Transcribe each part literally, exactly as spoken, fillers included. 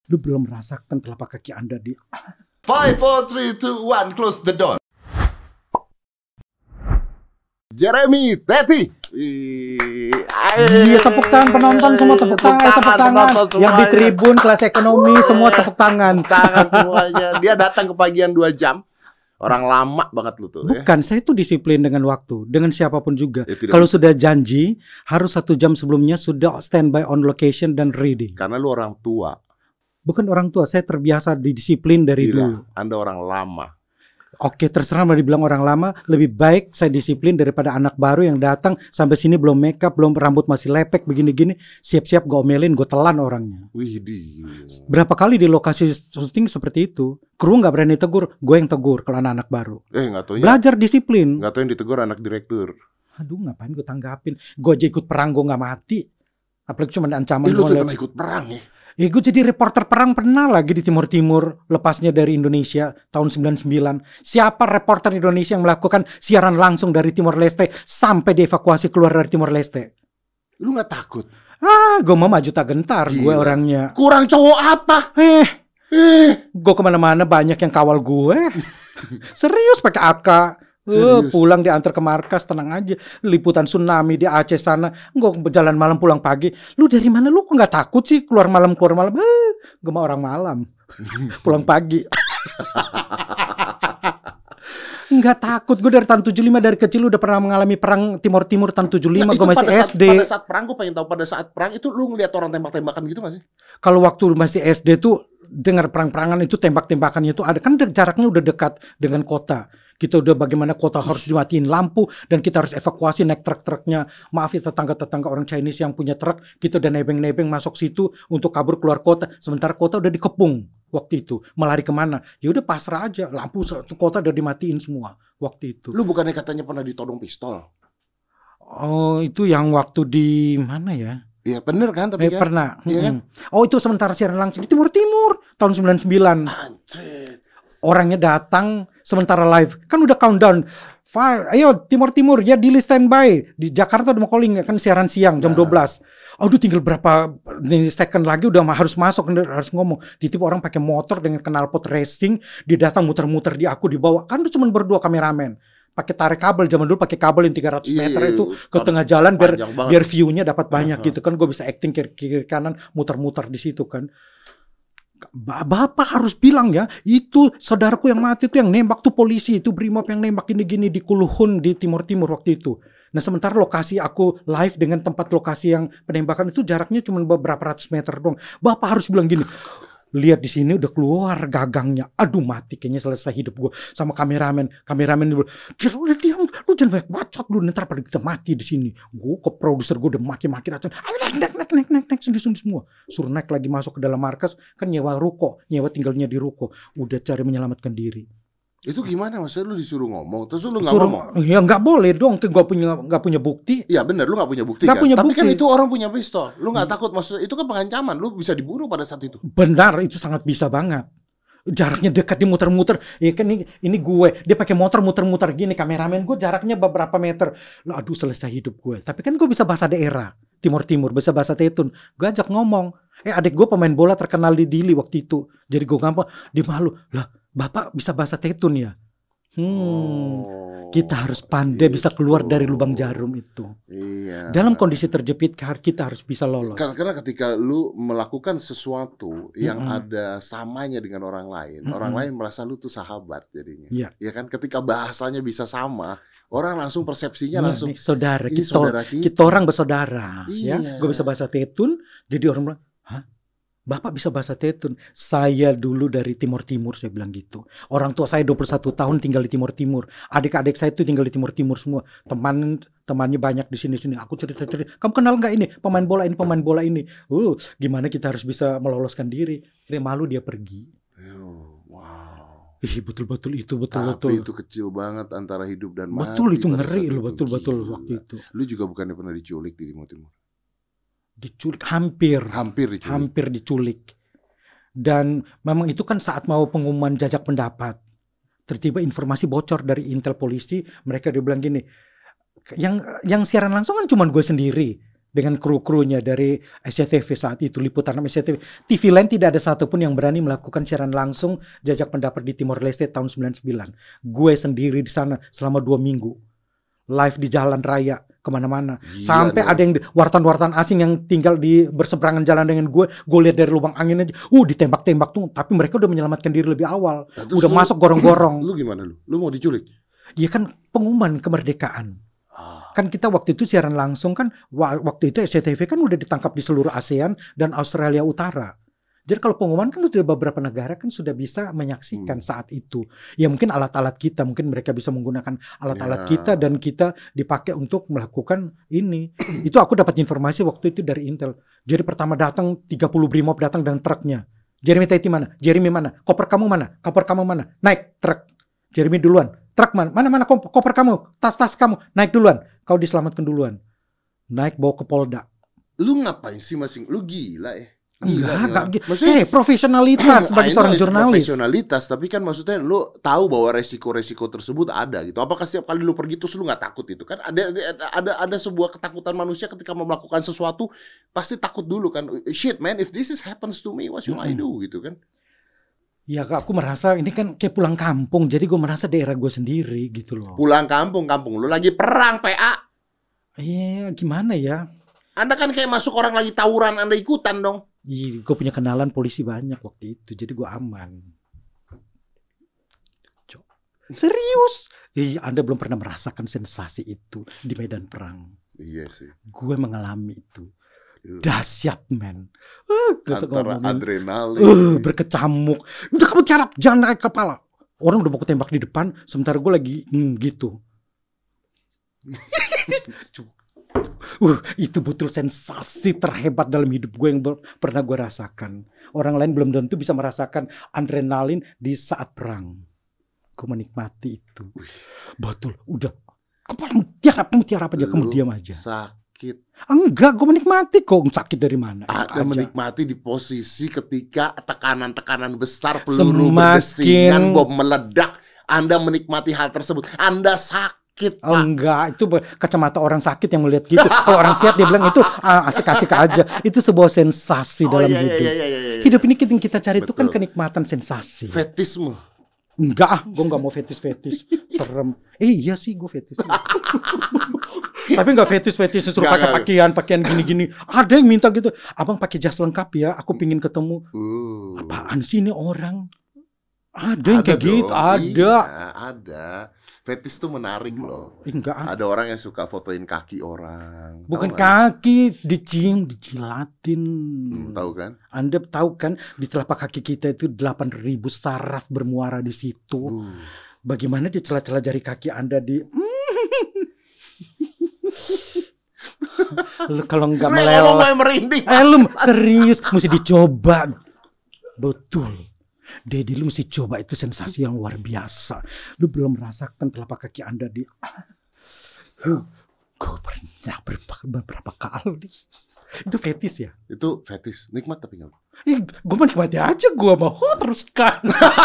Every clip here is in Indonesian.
Lu belum merasakan telapak kaki Anda di... Five, four, three, two, one, close the door. Jeremy, Teti. Iya, tepuk tangan penonton semua, tepuk tangan, eh, tepuk tangan. Yang di tribun kelas ekonomi semua tepuk tangan. Tangan semuanya. Dia datang ke pagian dua jam. Orang lama banget lu tuh. Bukan, ya? saya tuh disiplin dengan waktu, dengan siapapun juga. Ya, kalau bisa. sudah janji, harus satu jam sebelumnya sudah standby on location dan ready. Karena lu orang tua. Bukan orang tua, saya terbiasa didisiplin dari Gila, dulu. Anda orang lama. Oke, terserah mau dibilang orang lama, lebih baik saya disiplin daripada anak baru yang datang sampai sini belum make up, belum rambut masih lepek begini-gini, siap-siap gue omelin, gue telan orangnya. Wih, di. Berapa kali di lokasi syuting seperti itu, kru nggak berani tegur, gue yang tegur kalau anak-anak baru. Eh, nggak tahu ya. Belajar disiplin. Nggak tahu yang ditegur anak direktur. Aduh, ngapain gue tanggapin? Gue aja ikut perang, gue nggak mati. Apalagi cuma ancaman. Eh, lu tuh lewat... pernah ikut perang ya? Ya gue jadi reporter perang pernah lagi di Timur Timur, lepasnya dari Indonesia tahun sembilan puluh sembilan. Siapa reporter Indonesia yang melakukan siaran langsung dari Timor Leste sampai dievakuasi keluar dari Timor Leste? Lu nggak takut? Ah, gue mau maju tak gentar. Gila. Gue orangnya. Kurang cowok apa? Eh, Eh, gue kemana-mana banyak yang kawal gue. Serius pakai A K. Uh, Serius? pulang diantar ke markas, tenang aja. Liputan tsunami di Aceh sana, gue berjalan malam pulang pagi. Lu dari mana? Lu kok nggak takut sih keluar malam keluar malam? Eh, gue mah orang malam, pulang pagi. Nggak takut, gue dari tahun tujuh puluh lima, dari kecil udah pernah mengalami perang Timur Timur tahun tujuh puluh lima. Nah, Gue masih pada saat, S D. Pada saat perang, gue pengen tahu pada saat perang itu lu ngeliat orang tembak-tembakan gitu gak sih? Kalau waktu masih S D tuh dengar perang-perangan itu, tembak-tembakannya itu ada, kan jaraknya udah dekat dengan kota. Kita udah bagaimana kota harus dimatiin lampu dan kita harus evakuasi naik truk-truknya. Maaf ya tetangga-tetangga orang Chinese yang punya truk, kita udah nebeng-nebeng masuk situ untuk kabur keluar kota. Sementara kota udah dikepung waktu itu. Melari kemana? Ya udah pasrah aja. Lampu kota udah dimatiin semua waktu itu. Lu bukannya katanya pernah ditodong pistol? Oh, itu yang waktu di mana ya? Iya bener kan tapi Eh, kan? pernah. Iya kan? Oh, itu sementara siaran langsung di Timur Timur tahun sembilan puluh sembilan. Anjir. Orangnya datang sementara live kan udah countdown. Five, ayo Timur Timur ya, Dili standby di Jakarta udah mau calling kan siaran siang jam nah. dua belas. Aduh tinggal berapa second lagi udah harus masuk, harus ngomong. Ditip orang pakai motor dengan knalpot racing, dia datang muter-muter di aku dibawa. Kan tuh cuma berdua kameramen. Pakai tarik kabel, zaman dulu pakai kabel yang tiga ratus meter Iya, itu ke tengah jalan biar biar view-nya dapat banyak uh-huh. gitu kan. Gue bisa acting kiri, kiri kanan muter-muter di situ kan. Bapak harus bilang ya, itu saudaraku yang mati itu yang nembak tuh polisi, itu Brimob yang nembak gini-gini di Kuluhun di Timur Timur waktu itu. Nah sementara lokasi aku live dengan tempat lokasi yang penembakan itu jaraknya cuma beberapa ratus meter dong. Bapak harus bilang gini, lihat di sini udah keluar gagangnya. Aduh mati kayaknya selesai hidup gue sama kameramen. Kameramen bilang, udah diam, lu jangan banyak bacot lu, ntar pada kita mati di sini. Gue ke produser gue udah maki-maki racun. Ayo naik, naik, naik, naik, naik, naik, sundi, sundi semua. Suruh naik lagi masuk ke dalam markas, kan nyewa ruko, nyewa tinggalnya di ruko. Udah cari menyelamatkan diri. Itu gimana maksudnya lu disuruh ngomong terus lu nggak Suruh, ngomong? Ya nggak boleh dong, gue punya nggak punya bukti. Iya benar, lu nggak punya bukti Gak kan? punya Tapi bukti. kan itu orang punya pistol. Lu nggak hmm. takut maksudnya itu kan pengancaman, lu bisa dibunuh pada saat itu. Benar, itu sangat bisa banget. Jaraknya dekat, dia muter-muter. Ya kan ini, ini gue, dia pakai motor muter-muter gini, kameramen gue jaraknya beberapa meter. Loh, aduh selesai hidup gue. Tapi kan gue bisa bahasa daerah, Timur-Timur, bisa bahasa Tetun. Gue ajak ngomong. Eh adik gue pemain bola terkenal di Dili waktu itu. Jadi gue gampang, dia malu. Lah, bapak bisa bahasa Tetun ya? Hmm, oh, kita harus pandai gitu. Bisa keluar dari lubang jarum itu. Iya. Dalam kondisi terjepit kita harus bisa lolos. Karena ketika lu melakukan sesuatu yang mm-hmm. ada samanya dengan orang lain, mm-hmm. orang lain merasa lu tuh sahabat jadinya. Iya. Ya kan ketika bahasanya bisa sama, orang langsung persepsinya nah, langsung nih, saudara, kita, saudara kita. kita orang bersaudara. Iya. Ya, gue bisa bahasa Tetun, jadi orang bilang, hah? Bapak bisa bahasa Tetun. Saya dulu dari Timur Timur, saya bilang gitu. Orang tua saya dua puluh satu tahun tinggal di Timur Timur. Adik-adik saya itu tinggal di Timur Timur semua. Teman temannya banyak di sini-sini. Aku cerita-cerita, kamu kenal nggak ini? Pemain bola ini, pemain bola ini. Uh, gimana kita harus bisa meloloskan diri. Dia malu, dia pergi. Oh, wow. Ih, betul-betul itu, betul-betul. Tapi itu kecil banget antara hidup dan mati. Betul, itu ngeri loh, betul-betul waktu itu. Lu juga bukannya pernah diculik di Timur Timur? Diculik, hampir hampir diculik. hampir diculik dan memang itu kan saat mau pengumuman jajak pendapat, tiba-tiba informasi bocor dari intel polisi. Mereka dia bilang gini, yang yang siaran langsung kan cuma gue sendiri, dengan kru-krunya dari S C T V saat itu, liputan S C T V. T V lain tidak ada satupun yang berani melakukan siaran langsung jajak pendapat di Timor Leste tahun sembilan puluh sembilan. Gue sendiri di sana selama dua minggu. Live di jalan raya, kemana-mana. Sampai dong. Ada yang wartawan-wartawan asing yang tinggal di berseberangan jalan dengan gue. Gue lihat dari lubang angin aja. Uh, ditembak-tembak tuh. Tapi mereka udah menyelamatkan diri lebih awal. Nah, udah lu, masuk gorong-gorong. Lu gimana lu? Lu mau diculik? Iya kan pengumuman kemerdekaan. Kan kita waktu itu siaran langsung kan, waktu itu S C T V kan udah ditangkap di seluruh ASEAN dan Australia Utara. Jadi kalau pengumuman kan sudah beberapa negara kan sudah bisa menyaksikan hmm. saat itu. Ya mungkin alat-alat kita, mungkin mereka bisa menggunakan alat-alat ya. kita dan kita dipakai untuk melakukan ini. Itu aku dapat informasi waktu itu dari Intel. Jadi pertama datang tiga puluh Brimob datang dengan truknya. Jeremy Taiti mana? Jeremy mana? Koper kamu mana? Koper kamu mana? Naik truk. Jeremy duluan. Truk mana? Mana-mana koper kamu? Tas-tas kamu? Naik duluan. Kau diselamatkan duluan. Naik bawa ke Polda. Lu ngapain sih masing? Lu gila ya? Gila, enggak, enggak. Maksudnya, eh, profesionalitas sebagai seorang jurnalis. Profesionalitas, tapi kan maksudnya lu tahu bahwa resiko-resiko tersebut ada gitu. Apakah setiap kali lu pergi terus lu nggak takut itu? Kan ada ada ada sebuah ketakutan manusia ketika mau melakukan sesuatu pasti takut dulu kan. Shit man, if this is happens to me, what should mm-hmm. I do gitu kan? Ya aku merasa ini kan kayak pulang kampung, jadi gue merasa daerah gue sendiri gitu loh. Pulang kampung, kampung lu lagi perang P A. Iya, gimana ya? Anda kan kayak masuk orang lagi tawuran, Anda ikutan dong. Iya, gue punya kenalan polisi banyak waktu itu, jadi gue aman. Serius? Iya, Anda belum pernah merasakan sensasi itu di medan perang. Iya sih. Gue mengalami itu. Dahsyat men. Uh, Antara adrenalin. Uh, berkecamuk. Udah kamu tiarap, jangan naik kepala. Orang udah mau ketembak di depan, sementara gue lagi hmm, gitu. Uh, itu betul sensasi terhebat dalam hidup gue yang ber- pernah gue rasakan. Orang lain belum tentu bisa merasakan adrenalin di saat perang. Gue menikmati itu. Betul, udah. Kamu tiarap, kamu tiarap aja, kamu diam aja. Sakit. Enggak, gue menikmati kok. Sakit dari mana? Ada menikmati di posisi ketika tekanan-tekanan besar, peluru berdesingan, bom meledak. Anda menikmati hal tersebut. Anda sakit. Oh, enggak, itu kacamata orang sakit yang melihat gitu. Kalau orang sehat dia bilang itu ah, asik-asik aja. Itu sebuah sensasi oh, dalam iya, hidup. Iya, iya, iya, iya. Hidup ini kita, kita cari itu kan kenikmatan sensasi. Fetismu? Enggak, ah, gue nggak mau fetis-fetis. Serem. Eh, iya sih gue fetis. Tapi nggak fetis-fetis suruh pakai pakaian, pakaian gini-gini. Ada yang minta gitu. Abang pakai jas lengkap ya. Aku pingin ketemu. Uh. Apaan sih ini orang? Ada yang kayak dong, gitu, ada. Iya, ada. Fetis tuh menarik loh. Enggak. Ada orang yang suka fotoin kaki orang. Bukan kaki, dicium, dicilatin. Hmm, tahu kan? Anda tahu kan di telapak kaki kita itu delapan ribu saraf bermuara di situ. Uh. Bagaimana di celah-celah jari kaki Anda di kalau enggak meleleh. Eh, lu serius mesti dicoba. Betul. Dedi, lu mesti coba, itu sensasi yang luar biasa. Lu belum merasakan telapak kaki Anda di uh, gue pernah beberapa, beberapa kali. Itu fetis ya? Itu fetis, nikmat tapi nggak? Eh, gue menikmati aja, gue mau teruskan.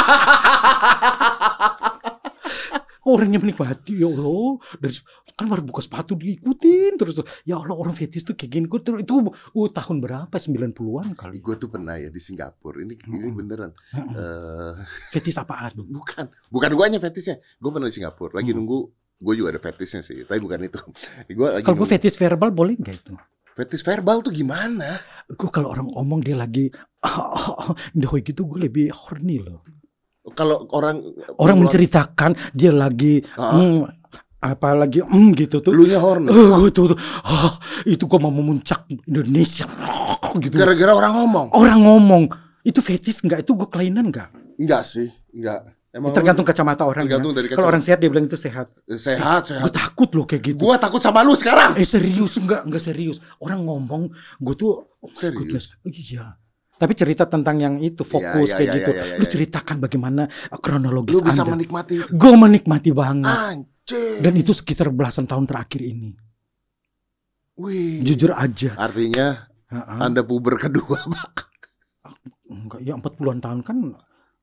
Orangnya menikmati, ya Allah. Dari kan baru buka sepatu diikutin terus. Ya Allah, orang fetis tuh kayak gini. Terus itu uh, tahun berapa? sembilan puluhan kali. Gue tuh pernah ya di Singapura. Ini hmm. ini beneran. Hmm. Uh, fetis apaan? Bukan. Bukan gue hanya fetisnya. Gue pernah di Singapura. Lagi hmm. nunggu. Gue juga ada fetisnya sih. Tapi bukan itu. Kalau gue fetis verbal boleh nggak itu? Fetis verbal tuh gimana? Gue kalau orang ngomong dia lagi oh, oh, oh, gitu gue lebih horny loh. Kalau orang orang menceritakan dia lagi uh-huh. mm, apa lagi mm, gitu tuh. Lunya horny. Uh, tuh, tuh. Oh, itu kok mau memuncak Indonesia oh, gitu. Gara-gara orang ngomong. Orang ngomong. Itu fetis enggak? Itu gue kelainan enggak? Enggak sih, enggak. Emang tergantung kacamata orang. Tergantung dari kacamata. Kalau orang sehat dia bilang itu sehat. Sehat, sehat. Gue takut loh kayak gitu. Gue takut sama lu sekarang. Eh serius enggak? Enggak serius. Orang ngomong gue tuh serius. Oh, iya. Tapi cerita tentang yang itu fokus ya, ya, kayak ya, gitu. Ya, ya, ya, ya. Lu ceritakan bagaimana kronologis Anda. Lu bisa Anda. menikmati itu. Gue menikmati banget. Anjir. Dan itu sekitar belasan tahun terakhir ini. Wih. Jujur aja. Artinya uh-huh. Anda puber kedua, Pak. Enggak, ya empat puluhan tahun kan.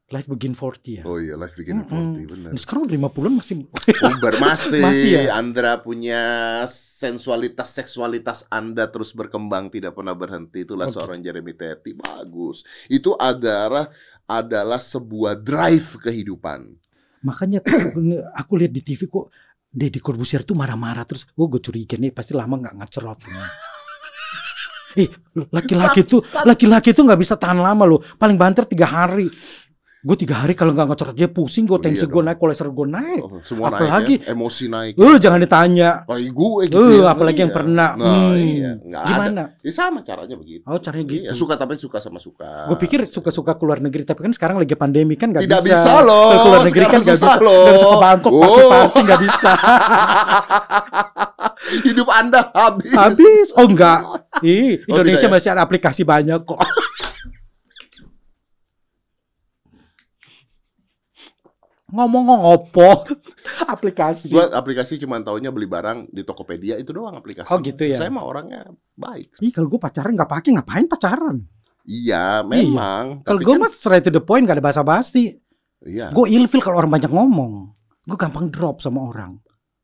Life Begin empat puluh ya. Oh iya, Life Begin empat puluh, benar. Nah, sekarang lima puluhan masih Umbar masih, Masih ya? Andra punya sensualitas, seksualitas Anda terus berkembang, tidak pernah berhenti. Itulah Oke. seorang Jeremy Teti, bagus. Itu adalah adalah sebuah drive kehidupan. Makanya aku, aku lihat di T V kok Deddy Corbuzier tuh marah-marah terus. Oh, gue curiga nih pasti lama nggak ngacerot. Eh, laki-laki tuh, laki-laki tuh nggak bisa tahan lama loh. Paling banter tiga hari. Gue tiga hari kalau nggak ngacerot dia pusing, gue Oh, tensi iya gue dong. naik, kolesterol gue naik. Oh, semua Apalagi- naik ya, emosi naik. Eh, jangan ditanya. Apalagi gue gitu Eh, ya. apalagi yang Iya. pernah. Nah, Hmm, iya. Nggak ada. Gimana? Ya sama caranya begitu. Oh, caranya gitu. Iya, suka tapi suka sama suka. Gue pikir suka-suka keluar negeri, tapi kan sekarang lagi pandemi kan nggak Tidak bisa. bisa loh. Ke luar negeri kan Sekarang nggak bisa. susah loh. Nggak bisa ke Bangkok, Oh. party-party nggak bisa. Hidup Anda habis. Habis? Oh enggak. Ih, Oh, Indonesia tidak ya? masih ada aplikasi banyak kok. Ngomong ngopo aplikasi. Gua aplikasi cuma taunya beli barang di Tokopedia, itu doang aplikasi. Oh, gitu ya? Saya mah orangnya baik. Ih, kalau gue pacaran nggak pakai, ngapain pacaran? Iya, memang. Kalau Tapi gue kan- mah straight to the point, gak ada basa-basi. Iya. Gue ilfil kalau orang banyak ngomong. Gue gampang drop sama orang.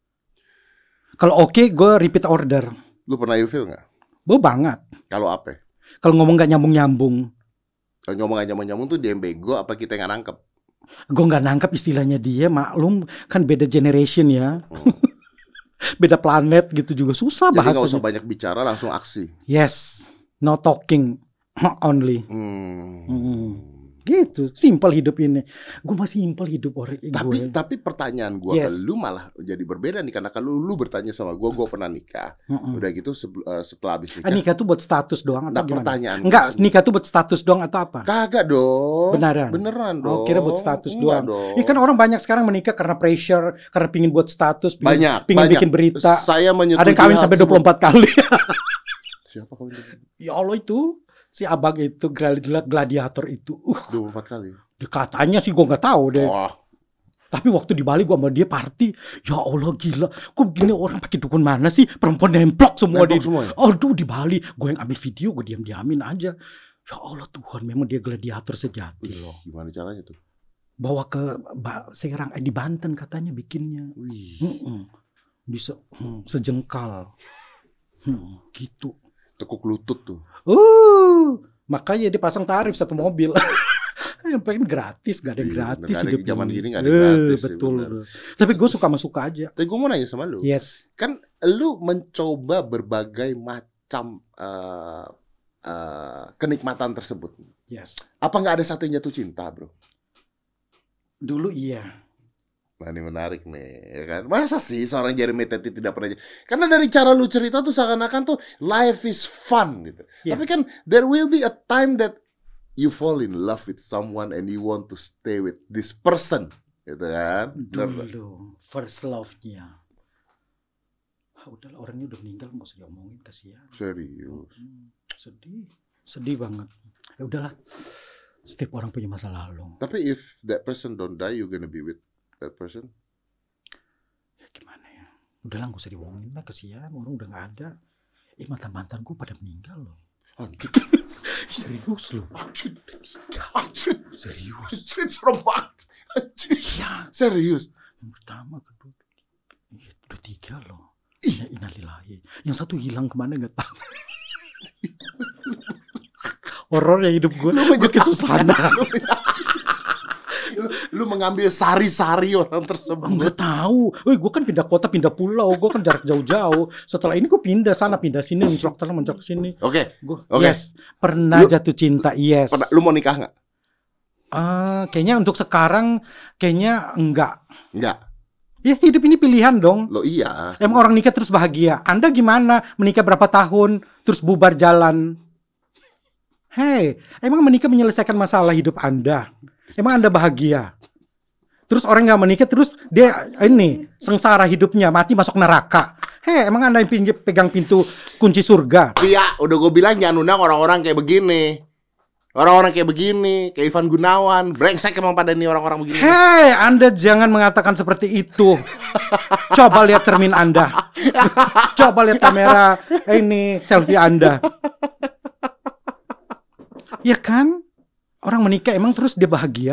Kalau oke, gue repeat order. Lu pernah ilfil nggak? Gue banget. Kalau apa? Kalau ngomong gak nyambung-nyambung, Kalau ngomong aja nyambung tuh dia yang bego apa kita yang nggak nangkep? gue nggak nangkep istilahnya dia. Maklum kan beda generation ya, Hmm. beda planet gitu juga susah Jadi nggak bahasanya. usah banyak bicara, langsung aksi. Yes, no talking only. Hmm. Hmm. Gitu, simple hidup ini. Gue masih simple hidup orang Tapi gue. tapi pertanyaan gua ke Yes. lu malah jadi berbeda nih, karena kalau lu bertanya sama gua, gua pernah nikah. Mm-mm. Udah gitu sebel- eh, setelah habis Ah, nikah. nikah tuh buat status doang atau Nah, gimana? pertanyaan Enggak, gua- nikah tuh buat status doang atau apa? Kagak dong. Beneran? Beneran Oh, dong. kira buat status Enggak doang. dong. Ini kan orang banyak sekarang menikah karena pressure, karena pingin buat status, pingin, banyak, pingin banyak. bikin berita. Saya menyetujui. Ada yang kawin hal sampai dua puluh empat kali. Siapa kawin Ya Allah itu, si abang itu, gladi- gladiator itu. Uh, dua puluh empat kali? katanya sih gue nggak tahu deh. Wah, Tapi waktu di Bali gue sama dia party, ya Allah gila. Kok begini orang pakai dukun mana sih? Perempuan nemplok semua nembok di. semua ya? Aduh di Bali, gue yang ambil video, gue diam-diamin aja. Ya Allah Tuhan, memang dia gladiator sejati loh. Gimana caranya tuh? Bawa ke ba- Serang, eh, di Banten katanya bikinnya. Wih, Mm-mm. Bisa hmm, sejengkal, hmm, gitu. tekuk lutut tuh. Uh, makanya dia pasang tarif satu mobil. Yang pengen gratis, gak ada yang Iya, gratis nggak ada- hidup zaman ini. gini nggak ada Eh, gratis sih, betul. benar. Tapi gue suka sama suka aja. Tapi gue mau nanya sama lu. Yes. Kan lu mencoba berbagai macam eh, eh, kenikmatan tersebut. Yes. Apa nggak ada satu yang jatuh cinta, bro? Dulu iya. Nah, ini menarik nih, ya kan? Masa sih seorang Jeremy Teti tidak pernah? Karena dari cara lu cerita tuh seakan-akan tuh life is fun gitu. Yeah. Tapi kan there will be a time that you fall in love with someone and you want to stay with this person, gitu kan? Bener. Dulu first love-nya. Ah, udahlah orangnya udah meninggal, nggak usah diomongin, kasihan. Serius. Hmm, sedih, sedih banget. Ya udahlah. Setiap orang punya masa lalu. Tapi if that person don't die, you gonna be with that person? Ya gimana ya? Udahlah nggak usah diomongin lah, kasihan. Orang udah nggak ada. Eh mantan-mantan gue pada meninggal loh. Anjir, Serius loh. anjir, anjir, Serius. anjir, serem banget. Anjir. Iya. Serius. Yang pertama, kedua, iya, udah tiga loh. Ina, innalillahi. Yang satu hilang kemana nggak tahu. Horor ya hidup gue. Lu Gue kesusahan. lu, lu mengambil sari-sari orang tersebut. Nggak tahu. Wih, gue kan pindah kota, pindah pulau. Gue kan jarak jauh-jauh. Setelah ini gue pindah sana, pindah sini, mencolok sana, mencolok sini. Oke, Gue, Oke. yes. Pernah Lu- jatuh cinta, yes. pernah lu mau nikah nggak? Eh, kayaknya untuk sekarang, kayaknya enggak. Nggak. Ya hidup ini pilihan dong. Lo iya. Emang orang nikah terus bahagia. Anda gimana? Menikah berapa tahun, terus bubar jalan? Hei, emang menikah menyelesaikan masalah hidup Anda? Emang Anda bahagia? Terus orang nggak menikah, terus dia ini sengsara hidupnya, mati masuk neraka. Hei, emang Anda yang ping- pegang pintu kunci surga? Iya, udah gue bilang jangan undang orang-orang kayak begini. Orang-orang kayak begini, kayak Ivan Gunawan. Brengsek emang pada ini orang-orang begini. Hei, Anda jangan mengatakan seperti itu. Coba lihat cermin Anda. Coba lihat kamera ini selfie Anda. Ya kan? Orang menikah emang terus dia bahagia.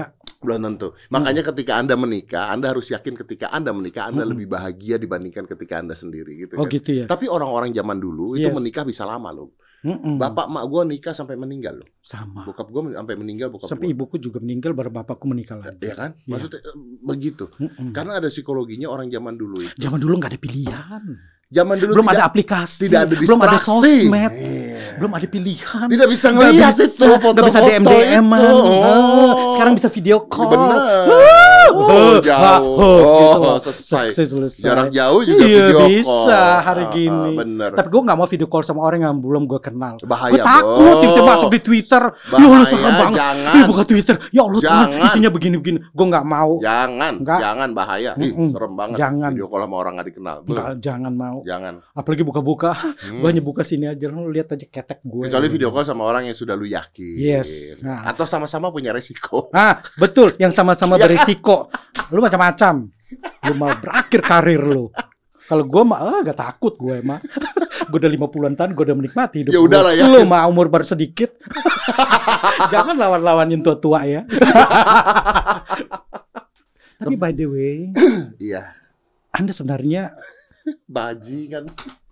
Belum tentu. Makanya ketika Anda menikah, Anda harus yakin ketika Anda menikah Anda lebih bahagia dibandingkan ketika Anda sendiri gitu Oh kan. gitu ya. Tapi orang-orang zaman dulu itu Yes. menikah bisa lama loh. Mm-mm. Bapak mak gue nikah sampai meninggal loh. Sama. Bokap gue sampai meninggal, bokap Sampai gue. ibuku juga meninggal, baru bapakku menikah lagi. Ya kan? Iya. Maksudnya eh, begitu. Mm-mm. Karena ada psikologinya orang zaman dulu itu. Zaman dulu nggak ada pilihan. Zaman dulu Belum tidak, ada aplikasi. tidak ada belum ada distraksi. sosmed. Iya. Belum ada pilihan. Tidak bisa Nggak ngelihat bisa, itu nggak bisa D M D foto-foto M-an. itu. Oh, sekarang bisa video call. Benar. Oh, Oh, jauh. oh, gitu Oh, loh. selesai. Selesai. Jarak jauh juga Iya, video call. bisa hari Ah, ah, gini. bener. Tapi gue nggak mau video call sama orang yang belum gue kenal. Bahaya, Gue takut Bos. tiba-tiba masuk di Twitter. Ya Allah, Bahaya, serem banget. jangan. Ih, buka Twitter. Ya Allah, Tuhan, Jangan. isinya begini-begini. Gue nggak mau. Jangan, Enggak. jangan bahaya. Ih, Mm-mm. serem banget. Jangan. Video call sama orang nggak dikenal. Beuh, Nggak, jangan mau. Jangan. Apalagi buka-buka. Hmm. Gue hanya buka sini aja. Lu lihat aja ketek gue. Kecuali video call sama orang yang sudah lu yakin. Yes. Nah. Atau sama-sama punya resiko. Ah, betul. Yang sama-sama Ya kan? berisiko. Lu macam-macam. Lu mau berakhir karir lu. Kalau gue mah ah, gak takut gue mah. Gue udah lima puluhan tahun, gue udah menikmati hidup Ya gue. udahlah ya. Lu mah umur baru sedikit. Jangan lawan-lawanin tua-tua ya. Tapi by the way, Iya. Anda sebenarnya Baji kan.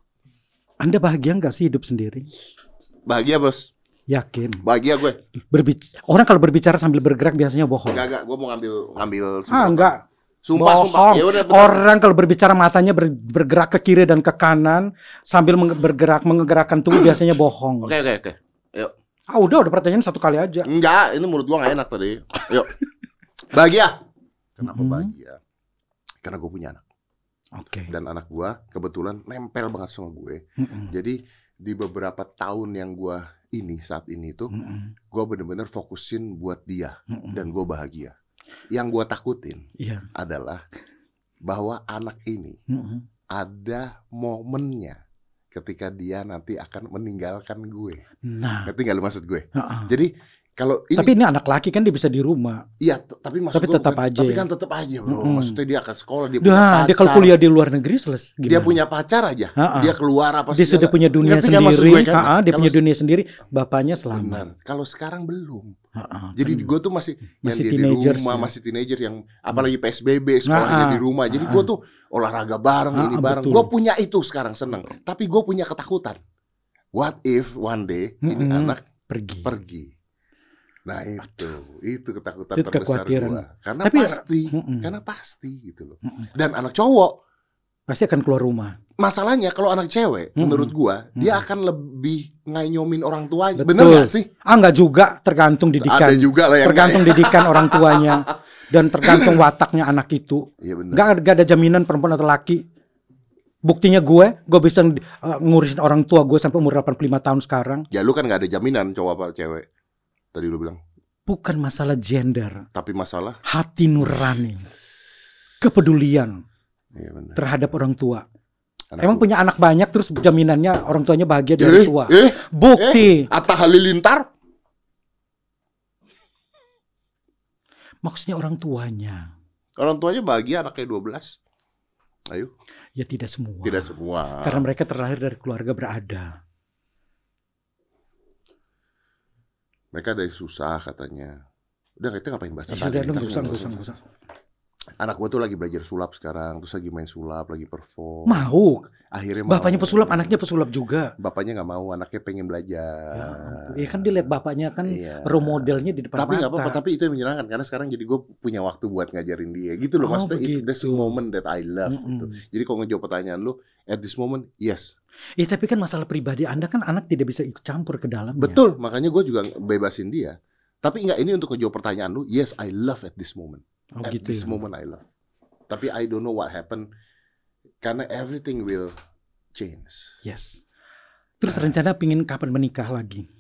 Anda bahagia nggak sih hidup sendiri? Bahagia, Bos. Yakin. Bahagia gue. Berbic- Orang kalau berbicara sambil bergerak biasanya bohong. Enggak, enggak. Gue mau ngambil ngambil Ah, enggak. Sumpah, Bohong. sumpah. Ya udah, betul. Orang kalau berbicara matanya ber- bergerak ke kiri dan ke kanan sambil menge- bergerak menggerakkan tubuh biasanya bohong. Oke, oke, oke. Yuk. Ah udah, udah pertanyaan satu kali aja. Enggak, ini menurut gua gak enak tadi. Yuk. Bahagia. Kenapa Mhm. bahagia? Karena gue punya anak. Oke. Dan anak gua kebetulan nempel banget sama gue. Mm-mm. Jadi di beberapa tahun yang gua ini saat ini tuh, Mm-mm. gua bener-bener fokusin buat dia. Mm-mm. Dan gue bahagia. Yang gua takutin Iya. adalah bahwa anak ini Mm-mm. ada momennya ketika dia nanti akan meninggalkan gue. Nah, Ngerti gak lu maksud gue? uh-uh. Jadi kalau ini Tapi ini anak laki kan dia bisa di rumah. iya, t- tapi maksud Tapi gua tetap bukan- aja Tapi ya. kan tetap aja, Bro. Mm-mm. Maksudnya dia akan sekolah, dia punya Nah, dia kalau pacar. kuliah di luar negeri selesai. Dia gimana? punya pacar aja. Ha-ha. Dia keluar apa Dia sudah segala. punya dunia Ngerti nggak maksud sendiri. gue kan? Ha-ha, dia Kalau- punya dunia sendiri. Bapaknya selamat. Benar. Kalau sekarang belum. Ha-ha, Jadi kan. gue tuh masih, yang Masih dia di teenagers rumah, ya. masih teenager yang apalagi P S B B sekolahnya Ha-ha. di rumah. Jadi Ha-ha. gue tuh olahraga bareng, Ha-ha, ini bareng. betul. Gue punya itu sekarang seneng. Tapi gue punya ketakutan. What if one day ini Mm-mm. anak pergi. pergi? Nah itu, itu ketakutan Itu terbesar kekhawatiran. gue. Karena Tapi- pasti, Mm-mm. karena pasti gitu loh. Mm-mm. Dan anak cowok, Pasti akan keluar rumah. masalahnya kalau anak cewek, Mm-mm. menurut gua, dia Mm-mm. akan lebih ngayyomin orang tuanya. Betul. Bener gak sih? Ah enggak juga, tergantung didikan. Ada juga lah yang Tergantung didikan orang tuanya dan tergantung wataknya anak itu. Iya bener. Gak, gak ada jaminan perempuan atau laki. Buktinya gue, gue bisa uh, ngurusin orang tua gue sampai umur delapan puluh lima tahun sekarang. Ya lu kan gak ada jaminan cowok apa cewek. Tadi lu bilang. Bukan masalah gender, Tapi masalah. hati nurani, kepedulian Iya bener. terhadap orang tua. Anak Emang gua. punya anak banyak terus jaminannya orang tuanya bahagia di hari Eh, tua. eh, Bukti. Atta Halilintar. Maksudnya orang tuanya. Orang tuanya bahagia anaknya dua belas. Ayo. Ya tidak semua. Tidak semua. Karena mereka terlahir dari keluarga berada. Mereka dari susah katanya. Udah kita ngapain bahas Ya Atta sudah dong, Halilintar? gak usah, gak usah, gak usah. Anak gue tuh lagi belajar sulap sekarang. Terus lagi main sulap, lagi perform. Mau. Akhirnya mau. Bapaknya pesulap, anaknya pesulap juga. Bapaknya nggak mau, anaknya pengen belajar. Ya ampun. Ya kan dilihat bapaknya kan Iya. role modelnya di depan Tapi nggak mata. apa-apa, tapi itu yang menyenangkan karena sekarang jadi gue punya waktu buat ngajarin dia gitu loh. Oh, Maksudnya it, that's a begitu. moment that I love Mm-mm. gitu. Jadi kalau ngejawab pertanyaan lu, at this moment, yes. Ya tapi kan masalah pribadi Anda kan anak tidak bisa ikut campur ke dalamnya. Betul, makanya gue juga bebasin dia. Tapi enggak, ini untuk ngejawab pertanyaan lu, yes, I love at this moment. Oh At gitu this ya. moment I love. Tapi I don't know what happened karena everything will change. Yes. Terus rencana pingin kapan menikah lagi?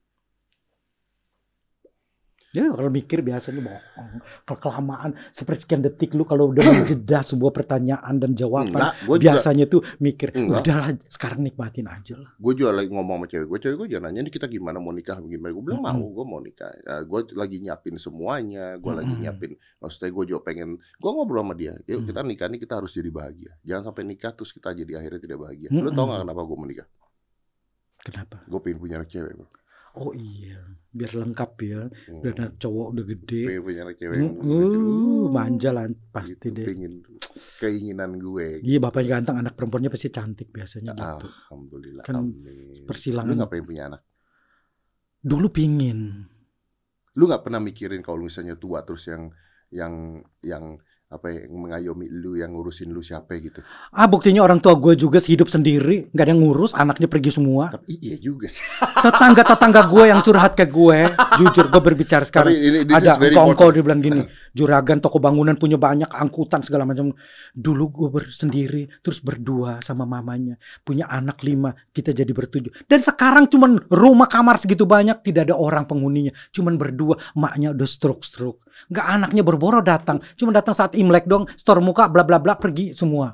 Ya kalau mikir biasanya bohong. Kalau kelamaan sepersekian detik lu kalau udah menjeda sebuah pertanyaan dan jawaban. Enggak, gue juga, Biasanya tuh mikir, Enggak. udahlah sekarang nikmatin aja lah. gue juga lagi ngomong sama cewek gue, cewek gue jangan nanya nih kita gimana mau nikah gimana. Gue bilang Mm-mm. mau, gue mau nikah. Ya, gue lagi nyiapin semuanya, gue lagi Mm-mm. nyiapin. Maksudnya gue juga pengen, gue ngobrol sama dia. Yuk Mm. kita nikah nih, kita harus jadi bahagia. Jangan sampai nikah terus kita jadi akhirnya tidak bahagia. Lu Mm-mm. tau gak kenapa gue mau nikah? Kenapa? Gue pengen punya anak cewek, bro. Oh iya, biar lengkap ya. Udah Hmm. anak cowok udah gede. Pengen punya anak cewek Hmm, yang lucu. uh, manja lah pasti Gitu, deh. pengen keinginan gue. Iya, Gitu. bapaknya ganteng, anak perempuannya pasti cantik biasanya gitu. Alhamdulillah, Kan amin. Lu persilangan nggak pengen punya anak? dulu pingin. Lu nggak pernah mikirin kalau misalnya tua terus yang yang yang apa ya, yang mengayomi lu, yang ngurusin lu siapa gitu? Ah, buktinya orang tua gue juga hidup sendiri, nggak ada yang ngurus, anaknya pergi semua. Tapi iya juga sih. Tetangga-tetangga gue yang curhat ke gue, jujur gue berbicara sekarang. Tapi ini this Ada is very engkau-engkau important. dia bilang gini, juragan toko bangunan punya banyak angkutan segala macam. Dulu gue bersendiri, terus berdua sama mamanya, punya anak lima, kita jadi bertujuh. Dan sekarang cuman rumah kamar segitu banyak, tidak ada orang penghuninya, cuman berdua, maknya udah stroke-stroke. Nggak anaknya berboro datang, cuma datang saat Imlek dong, store muka, bla bla bla, pergi semua.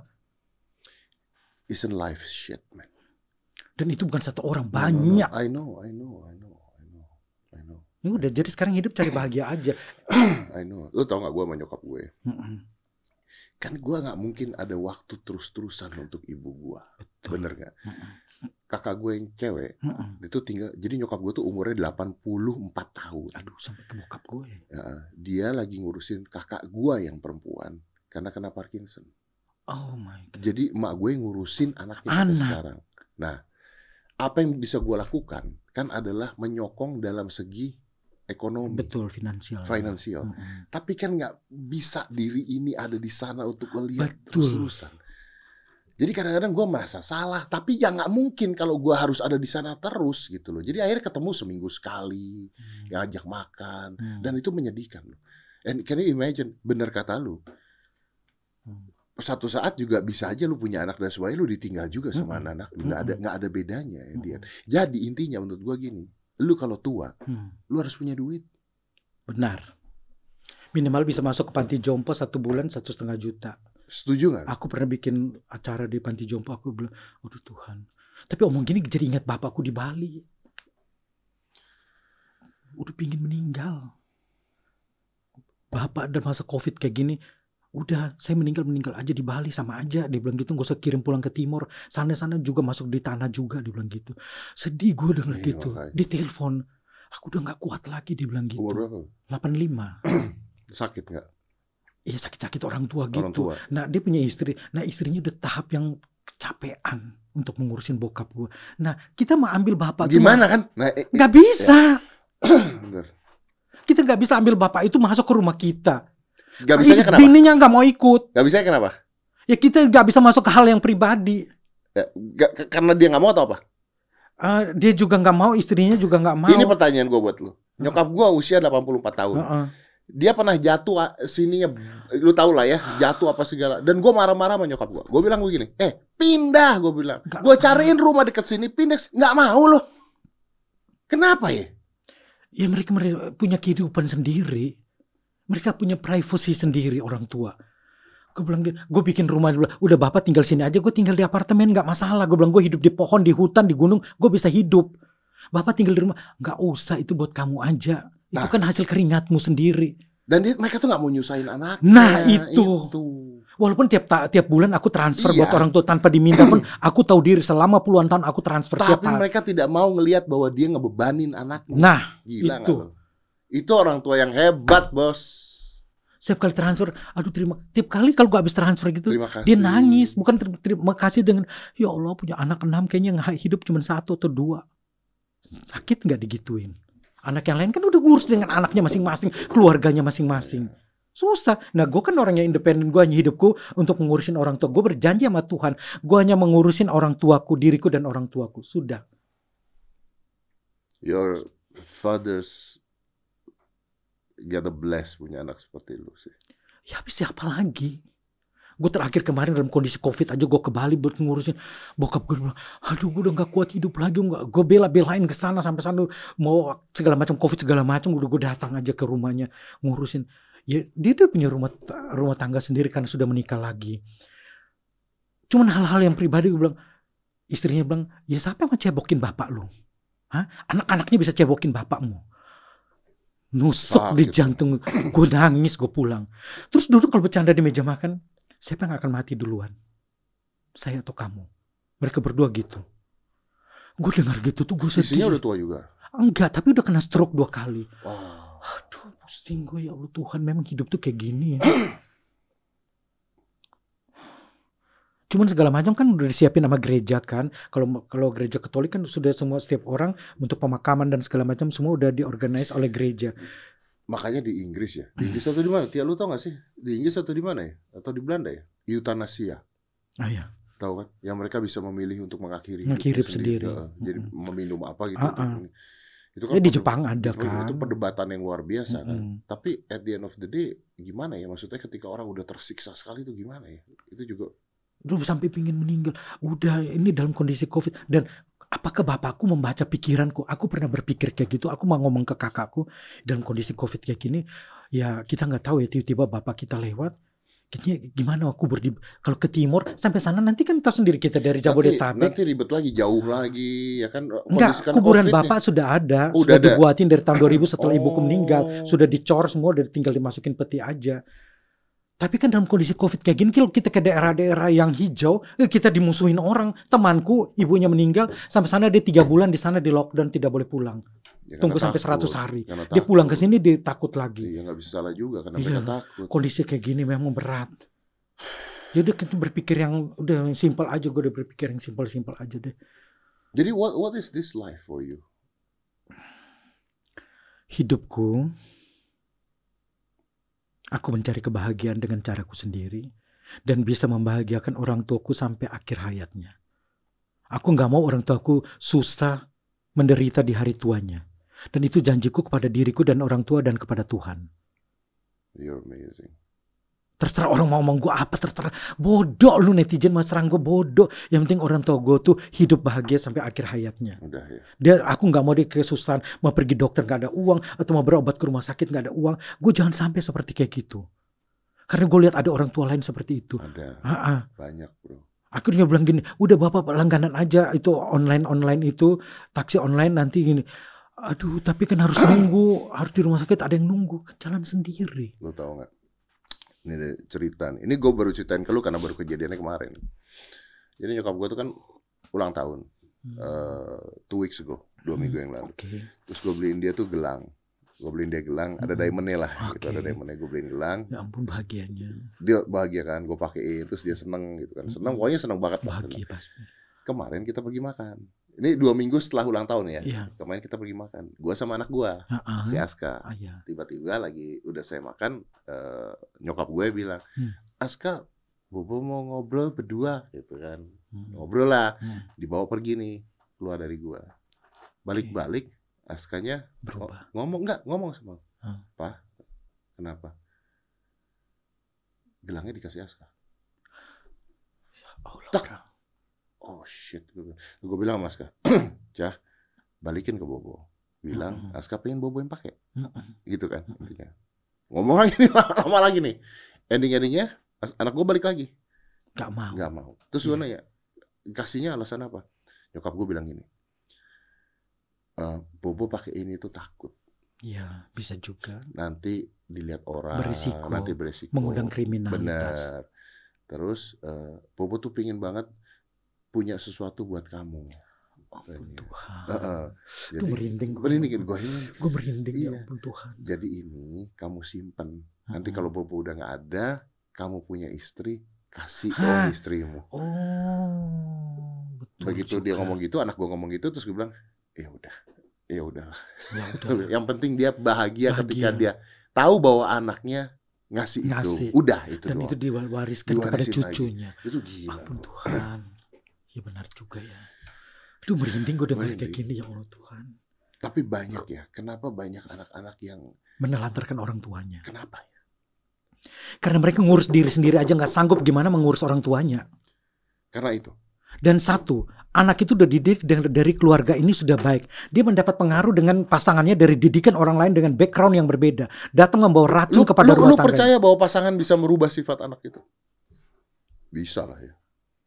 Isn't life shit, man? Dan itu bukan satu orang, No, no, no. banyak. I know, I know, I know, I know, I know. Ya udah, jadi sekarang hidup cari bahagia aja. I know. Lu tau gak gue sama nyokap gue? Mm-mm. Kan gue gak mungkin ada waktu terus-terusan untuk ibu gue. Betul. Bener gak? Mm-mm. Kakak gue yang cewek, Mm-mm. itu tinggal, jadi nyokap gue tuh umurnya delapan puluh empat tahun. Aduh, sampai ke bokap gue. Ya, dia lagi ngurusin kakak gue yang perempuan karena kena Parkinson. Oh my God. Jadi emak gue ngurusin anaknya sampai Anak. sekarang. Nah, apa yang bisa gue lakukan kan adalah menyokong dalam segi ekonomi, Betul, finansial. finansial. Mm-mm. Tapi kan nggak bisa diri ini ada di sana untuk melihat Betul. terus-terusan. Jadi kadang-kadang gue merasa salah, tapi ya nggak mungkin kalau gue harus ada di sana terus gitu loh. Jadi akhirnya ketemu seminggu sekali, Hmm. ya ajak makan, Hmm. dan itu menyedihkan loh. And can you imagine, bener kata lu, Hmm. satu saat juga bisa aja lu punya anak dan sebagainya lu ditinggal juga sama Mm-mm. anak lu, nggak ada Mm-mm. nggak ada bedanya ya, Mm-mm. Dian. Jadi intinya menurut gue gini, lu kalau tua, Hmm. lu harus punya duit. Benar. Minimal bisa masuk ke panti jompo satu bulan satu setengah juta. Setuju nggak? Aku pernah bikin acara di panti jompo, aku bilang, aduh Tuhan. Tapi omong gini jadi ingat bapakku di Bali. Udah pingin meninggal. Bapak dan masa Covid kayak gini, udah saya meninggal meninggal aja di Bali sama aja. Dia bilang gitu, gak usah kirim pulang ke timur. Sana-sana juga masuk di tanah juga, dia bilang gitu. Sedih gue denger Iya, gitu. makanya. Di telepon, aku udah gak kuat lagi, dia bilang gitu. Umur berapa? delapan puluh lima. Sakit nggak? Iya, sakit-sakit orang tua gitu. Orang tua. Nah dia punya istri. Nah istrinya udah tahap yang kecapean untuk mengurusin bokap gue. Nah kita mau ambil bapak tuh Gimana kan? Nah, eh, eh, nggak bisa. bener. Kita nggak bisa ambil bapak itu masuk ke rumah kita. Nggak bisanya Ih, kenapa? Bininya nggak mau ikut. Nggak bisanya kenapa? Ya kita nggak bisa masuk ke hal yang pribadi. Ya, nggak- k- karena dia nggak mau atau apa? Uh, dia juga nggak mau, istrinya juga nggak mau. Ini pertanyaan gue buat lu. Nyokap gue usia delapan puluh empat tahun. Uh-uh. Dia pernah jatuh ah, sininya, lu tau lah ya, jatuh apa segala. Dan gue marah-marah sama nyokap gue. Gue bilang begini, eh pindah, gue bilang. Nggak Gue mau. cariin rumah deket sini, pindah. Nggak mau loh. Kenapa ya? Ya mereka, mereka punya kehidupan sendiri. Mereka punya privacy sendiri orang tua. Gue bilang, gue bikin rumah, udah bapak tinggal sini aja, gue tinggal di apartemen nggak masalah. Gue bilang gue hidup di pohon, di hutan, di gunung, gue bisa hidup. Bapak tinggal di rumah, nggak usah, itu buat kamu aja. Itu Nah. kan hasil keringatmu sendiri. Dan dia, mereka tuh nggak mau nyusahin anaknya. Nah, itu. Walaupun tiap ta- tiap bulan aku transfer Iya. buat orang tua tanpa diminta pun, aku tahu diri selama puluhan tahun aku transfer tiap Tapi hari. mereka tidak mau ngelihat bahwa dia ngebebanin anaknya. Nah, Gila nggak itu. lo? Itu orang tua yang hebat, bos. Setiap kali transfer, aduh terima, tiap kali kalau gue habis transfer gitu, Terima kasih. dia nangis. Bukan ter- terima kasih dengan, ya Allah punya anak enam kayaknya nggak hidup cuma satu atau dua. Sakit nggak digituin? Anak yang lain kan udah ngurus dengan anaknya masing-masing, keluarganya masing-masing. Susah. Nah gue kan orang yang independen, gue hanya hidupku untuk mengurusin orang tua. Gue berjanji sama Tuhan, gue hanya mengurusin orang tuaku, diriku dan orang tuaku. Sudah. Your fathers gotta bless punya anak seperti lu sih. Ya habis siapa lagi? Gue terakhir kemarin dalam kondisi Covid aja gue ke Bali buat ngurusin bokap gue bilang, aduh gue udah gak kuat hidup lagi, gue bela-belain ke sana sampai sana mau segala macam Covid segala macam, udah gue datang aja ke rumahnya ngurusin. Ya dia tuh punya rumah rumah tangga sendiri karena sudah menikah lagi. Cuman hal-hal yang pribadi gue bilang, istrinya bilang, ya siapa yang ngecebokin bapak lu? Hah? Anak-anaknya bisa cebokin bapakmu. Nusuk Fuck di itu. jantung, gue nangis, gue pulang. Terus duduk kalau bercanda di meja makan, siapa yang akan mati duluan? Saya atau kamu? Mereka berdua gitu. Gue dengar gitu tuh gue sedih. Istrinya udah tua juga. Enggak, tapi udah kena stroke dua kali. Oh. Aduh, pusing gue ya Allah Tuhan, memang hidup tuh kayak gini ya. Cuman segala macam kan udah disiapin sama gereja kan. Kalau kalau gereja Katolik kan sudah semua setiap orang untuk pemakaman dan segala macam semua udah diorganize oleh gereja. Makanya di Inggris ya. Di Inggris atau di mana? Tia, lu tau gak sih? Di Inggris atau di mana ya? Atau di Belanda ya? Eutanasia. Ah ya. Tahu kan? Yang mereka bisa memilih untuk mengakhiri Mengakhiri hidupnya sendiri. Uh, jadi Mm-mm. meminum apa gitu. Ah, untuk ah. ini. Itu kan Ya di perde- Jepang ada itu, kan. itu perdebatan yang luar biasa kan. Mm-mm. Tapi at the end of the day gimana ya? Maksudnya ketika orang udah tersiksa sekali itu gimana ya? Itu juga Udah sampai pingin meninggal. Udah ini dalam kondisi COVID. Dan apakah bapakku membaca pikiranku? Aku pernah berpikir kayak gitu. Aku mau ngomong ke kakakku dalam kondisi COVID kayak gini. Ya kita nggak tahu ya, tiba-tiba bapak kita lewat. Kayaknya gimana aku berdi kalau ke timur sampai sana nanti kan tahu sendiri kita dari nanti, Jabodetabek. nanti ribet lagi, jauh lagi ya kan. Enggak, Kondisikan kuburan COVID bapak nih. sudah ada, Oh, sudah udah ada. dibuatin dari tahun dua ribu setelah ibuku Oh. meninggal, sudah dicor semua, udah tinggal dimasukin peti aja. Tapi kan dalam kondisi COVID kayak gini, kalau kita ke daerah-daerah yang hijau, eh, kita dimusuhin orang. Temanku, ibunya meninggal, sampai sana dia tiga bulan di sana di lockdown, tidak boleh pulang. Ya, Tunggu karena sampai takut, seratus hari. karena Dia pulang ke takut. sini, dia takut lagi. Iya nggak bisa salah juga karena Iya. mereka takut. Kondisi kayak gini memang berat. Ya udah kita berpikir yang udah yang simpel aja, gue udah berpikir yang simpel-simpel aja deh. Jadi what what is this life for you? Hidupku, aku mencari kebahagiaan dengan caraku sendiri dan bisa membahagiakan orang tuaku sampai akhir hayatnya. Aku nggak mau orang tuaku susah menderita di hari tuanya. Dan itu janjiku kepada diriku dan orang tua dan kepada Tuhan. You're amazing. Terserah orang mau ngomong gue apa, terserah. Bodoh lu netizen mau serang gue, bodoh. Yang penting orang tua gue tuh hidup bahagia sampai akhir hayatnya. Udah ya. Dia, aku nggak mau dia kesusahan, mau pergi dokter nggak ada uang, atau mau berobat ke rumah sakit nggak ada uang. Gue jangan sampai seperti kayak gitu. Karena gue lihat ada orang tua lain seperti itu. Ada. Ah, ah. Banyak bro. Akhirnya bilang gini, udah bapak langganan aja itu online-online itu, taksi online nanti gini. Aduh, tapi kan harus nunggu, harus di rumah sakit ada yang nunggu, kan jalan sendiri. Lo tau nggak? Ini deh cerita. Ini gue baru ceritain ke lu karena baru kejadiannya kemarin. Jadi nyokap gue tuh kan ulang tahun. Hmm. Uh, two weeks ago. Dua Hmm. minggu yang lalu. Oke. Terus gue beliin dia tuh gelang. Gue beliin dia gelang. Ada Hmm. diamondnya lah. Gitu. Oke. Ada diamondnya. Gue beliin gelang. Ya ampun bahagianya. Dia bahagia kan. Gue pakein. Terus dia seneng gitu kan. Seneng. Pokoknya seneng banget lah. Bahagia pasti. Kemarin kita pergi makan. Ini dua minggu setelah ulang tahun ya. Iya. Kemarin kita pergi makan. Gue sama anak gue. Ah, Si Aska. ah, ya. Tiba-tiba lagi udah saya makan. Uh, nyokap gue bilang. Hmm. Aska, Bobo mau ngobrol berdua gitu kan. Hmm. Ngobrol lah. Hmm. Dibawa pergi nih. Keluar dari gue. Balik-balik. Askanya Berubah. ngomong nggak ngomong sama. Hmm. Pak, kenapa? Gelangnya dikasih Aska. Allah. Tak. Oh shit, gue, gue bilang sama Aska, Cah, balikin ke Bobo. Bilang, Mm-mm. Aska pengen Bobo yang pakai. Mm-mm. Gitu kan intinya. Ngomong lagi nih, lama lagi nih. Ending-endingnya, as- anak gue balik lagi. Gak mau. Nggak mau. Terus gue nanya, kasihnya alasan apa? Nyokap gue bilang gini, e, Bobo pakai ini tuh takut. Iya, bisa juga. Nanti dilihat orang, Berisiko. nanti beresiko. Mengundang kriminalitas. Benar. Terus uh, Bobo tuh pingin banget punya sesuatu buat kamu. Oh ampun Tuhan. Uh-uh. Itu merinding gue. Merinding gue ini. Gue merinding ya Iya. ampun Tuhan. Jadi ini kamu simpen. Nanti Uh-uh. kalau Bobo udah nggak ada, kamu punya istri, kasih Hah? dong istrimu. Oh, betul Begitu juga. dia ngomong gitu, anak gue ngomong gitu, terus gue bilang, ya udah, ya udah. Ya udah. Yang penting dia bahagia, Bahagia. ketika dia tahu bahwa anaknya ngasih, Ngasih. itu. Udah itu Dan doang. itu diwariskan kepada Diwarisin cucunya. Itu gila. Ampun Tuhan. Ya benar juga ya. Aduh merinding gue dengar kayak Merinding. gini ya Allah Tuhan. Tapi banyak ya, kenapa banyak anak-anak yang Menelantarkan orang tuanya. kenapa ya? Karena mereka ngurus diri sendiri aja gak sanggup gimana mengurus orang tuanya. Karena itu. Dan satu, anak itu udah dididik dari, dari keluarga ini sudah baik. Dia mendapat pengaruh dengan pasangannya dari didikan orang lain dengan background yang berbeda. Datang membawa racun Lu, kepada lu, rumah lu tangga. percaya bahwa pasangan bisa merubah sifat anak itu? Bisa lah ya.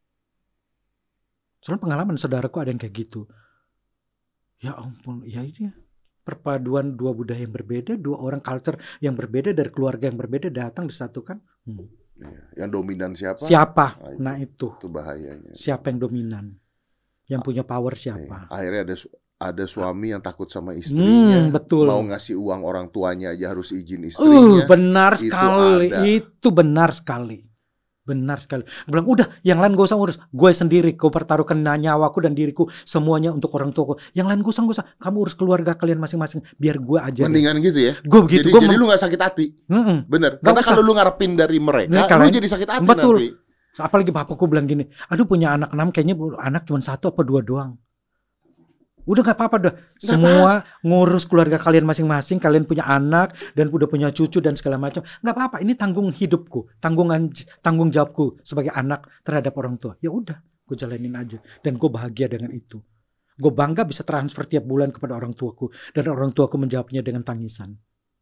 Soalnya pengalaman saudaraku ada yang kayak gitu. Ya ampun, ya ini perpaduan dua budaya yang berbeda, dua orang culture yang berbeda dari keluarga yang berbeda datang disatukan. Hmm. Iya. Yang dominan siapa? Siapa? Nah, itu. Nah itu. Itu bahayanya. Siapa yang dominan? Yang punya power Iya. siapa? Akhirnya ada ada suami yang takut sama istrinya, Hmm, betul. mau ngasih uang orang tuanya aja harus izin Uh, istrinya. benar itu sekali. ada. Itu benar sekali. Benar sekali. Gue bilang, udah, yang lain gak usah ngurus. Gue sendiri, gue pertaruhkan nyawaku dan diriku semuanya untuk orang tuaku. Yang lain gak usah, gak usah. Kamu urus keluarga kalian masing-masing. Biar gue aja. Mendingan gitu ya. Gue begitu. Jadi, Gua jadi mem- lu gak sakit hati. Mm-mm. Bener. Gak Karena usah. kalau lu ngarepin dari mereka, Nih, lu kalian- jadi sakit hati Betul. nanti. Apalagi bapakku bilang gini, aduh punya anak enam, kayaknya anak cuma satu apa dua doang. Udah gak apa-apa dah. Semua ngurus keluarga kalian masing-masing. Kalian punya anak dan udah punya cucu dan segala macam. Gak apa-apa. Ini tanggung hidupku, tanggungan tanggung jawabku sebagai anak terhadap orang tua. Ya udah, gue jalanin aja. Dan gue bahagia dengan itu. Gue bangga bisa transfer tiap bulan kepada orang tuaku dan orang tuaku menjawabnya dengan tangisan.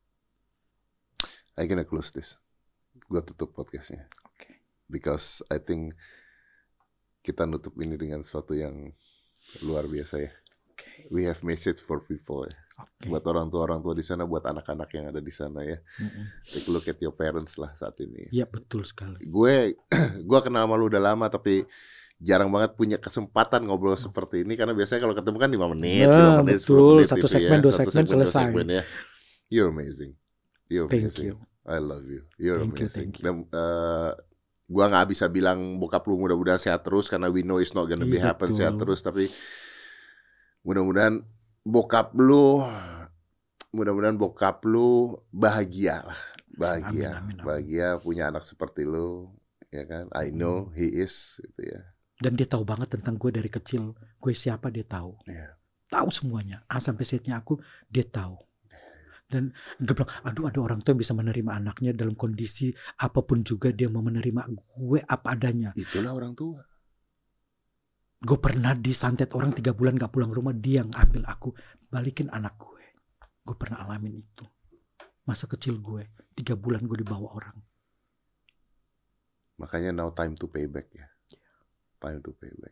I gonna close this. Gue tutup podcastnya. Okay. Because I think kita nutup ini dengan sesuatu yang luar biasa ya. Okay. We have message for people ya. Okay. Buat orang tua-orang tua di sana, buat anak-anak yang ada di sana ya. Mm-mm. Take a look at your parents lah saat ini. Iya betul sekali. Gue gue kenal sama lu udah lama tapi jarang banget punya kesempatan ngobrol seperti ini karena biasanya kalau ketemu kan lima menit, Nah, lima menit, betul. sepuluh menit Satu gitu segmen, ya. dua Satu segmen, segmen, dua selesai. segmen ya. You're amazing. You're Thank amazing. you. I love you. You're Thank you, amazing. thank you. Dan uh, gua nggak bisa bilang bokap lu mudah-mudahan sehat terus karena we know it's not gonna be Iya, happen betul. sehat terus, tapi mudah-mudahan bokap lu mudah-mudahan bokap lu bahagia lah. Bahagia. Amin, amin, amin. Bahagia punya anak seperti lu, ya kan? I know he is gitu ya. Dan dia tahu banget tentang gue dari kecil. Gue siapa dia tahu. Iya. Tahu semuanya. A sampai Z-nya aku dia tahu. Dan gue bilang, aduh ada orang tua yang bisa menerima anaknya dalam kondisi apapun juga dia mau menerima gue apa adanya. Itulah orang tua. Gue pernah disantet orang tiga bulan gak pulang rumah, dia yang ambil aku, balikin anak gue. Gue pernah alamin itu. Masa kecil gue, tiga bulan gue dibawa orang. Makanya now time to pay back ya. Time to pay back.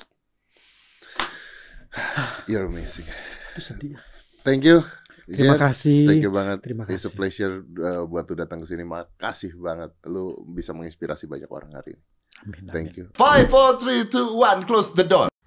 You're amazing. Itu sedih. Thank you. Terima Jen. kasih. Thank you banget. Terima It's a kasih. pleasure uh, buat lu datang ke sini. Makasih banget. Lu bisa menginspirasi banyak orang hari ini. Amin, amin. Thank you. Five, four, three, two, one. Close the door.